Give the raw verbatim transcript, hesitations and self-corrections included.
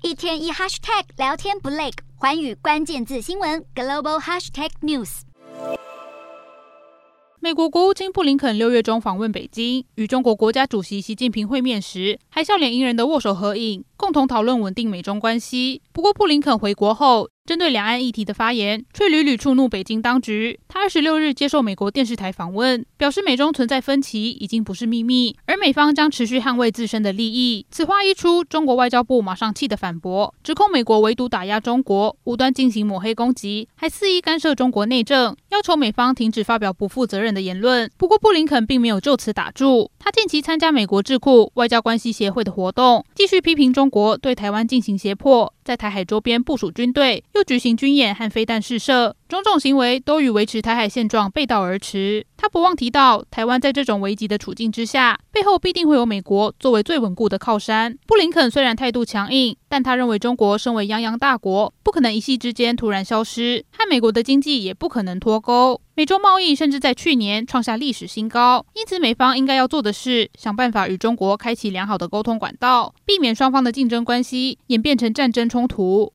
一天一 hashtag 聊天不累，寰宇关键字新闻 global hashtag news。 美国国务卿布林肯六月中访问北京，与中国国家主席习近平会面时，还笑脸迎人的握手合影，共同讨论稳定美中关系。不过，布林肯回国后，针对两岸议题的发言，却屡屡触怒北京当局。他二十六日接受美国电视台访问，表示美中存在分歧已经不是秘密，而美方将持续捍卫自身的利益。此话一出，中国外交部马上气得反驳，指控美国围堵打压中国，无端进行抹黑攻击，还肆意干涉中国内政，要求美方停止发表不负责任的言论。不过，布林肯并没有就此打住，他近期参加美国智库外交关系协会的活动，继续批评中国对台湾进行胁迫，在台海周边部署军队，又举行军演和飞弹试射，种种行为都与维持台海现状背道而驰。他不忘提到，台湾在这种危急的处境之下，背后必定会有美国作为最稳固的靠山。布林肯虽然态度强硬，但他认为中国身为泱泱大国，不可能一夕之间突然消失，和美国的经济也不可能脱钩。美洲贸易甚至在去年创下历史新高，因此美方应该要做的是想办法与中国开启良好的沟通管道，避免双方的竞争关系演变成战争冲突。